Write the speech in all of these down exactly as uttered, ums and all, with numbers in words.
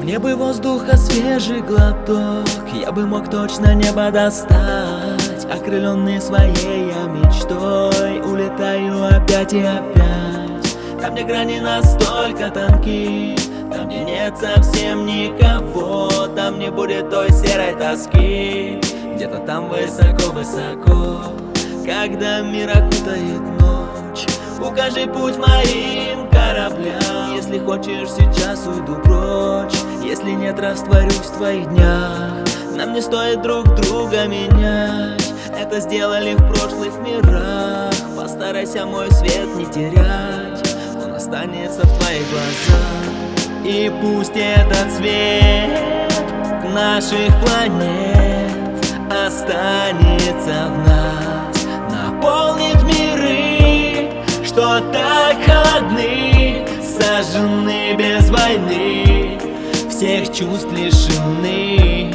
Мне бы воздуха свежий глоток, я бы мог точно небо достать. Окрыленный своей я мечтой, улетаю опять и опять. Там, где грани настолько тонки, там, где нет совсем никого, там не будет той серой тоски. Где-то там высоко-высоко, когда мир окутает ночь, укажи путь моим кораблям. Если хочешь, сейчас уйду прочь, если нет, растворюсь в твоих днях. Нам не стоит друг друга менять, это сделали в прошлых мирах. Постарайся мой свет не терять, он останется в твоих глазах. И пусть этот свет наших планет останется в нас, наполнит миры, что так холодны, сожжены без войны, всех чувств лишены.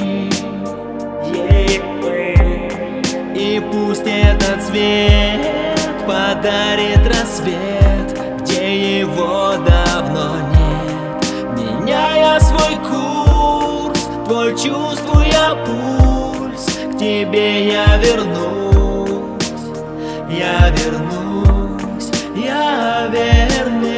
И пусть этот свет подарит рассвет, где его давно нет. Меняя свой курс, твой чувствуя пульс, к тебе я вернусь, я вернусь, я вернусь.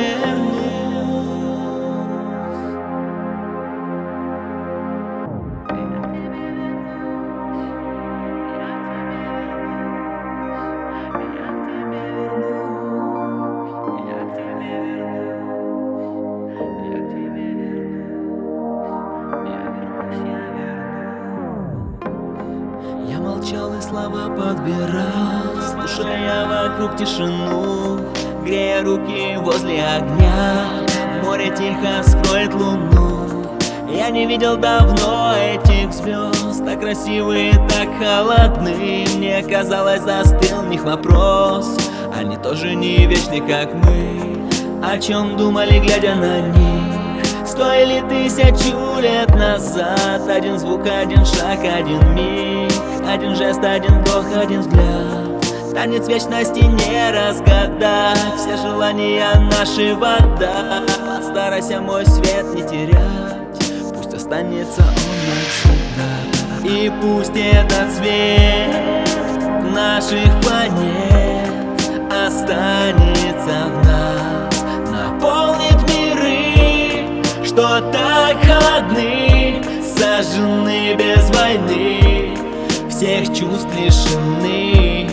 Я молчал и слова подбирал, слушая вокруг тишину, грея руки возле огня. Море тихо скроет луну. Я не видел давно этих звезд, так красивые, так холодны. Мне казалось, застыл в них вопрос, они тоже не вечны, как мы. О чем думали, глядя на них? Стоили тысячу лет назад. Один звук, один шаг, один миг, один жест, один вдох, один взгляд. Танец вечности не разгадать, все желания наши вода. Постарайся мой свет не терять, пусть останется он навсегда. И пусть этот свет наших планет останется в нас, наполнит миры, что так холодны, сожжены без войны, всех чувств лишены.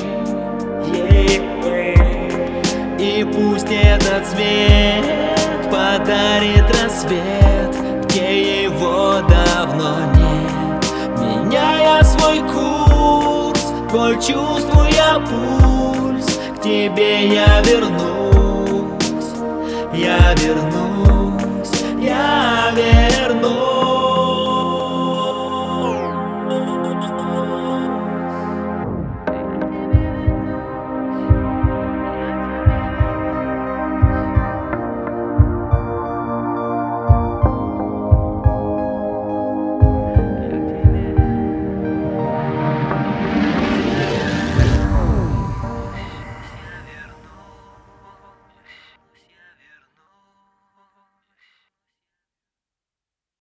И пусть этот свет подарит рассвет, где его давно нет. Меняя свой курс, твой чувствуя пульс, к тебе я вернусь, я вернусь, я вернусь.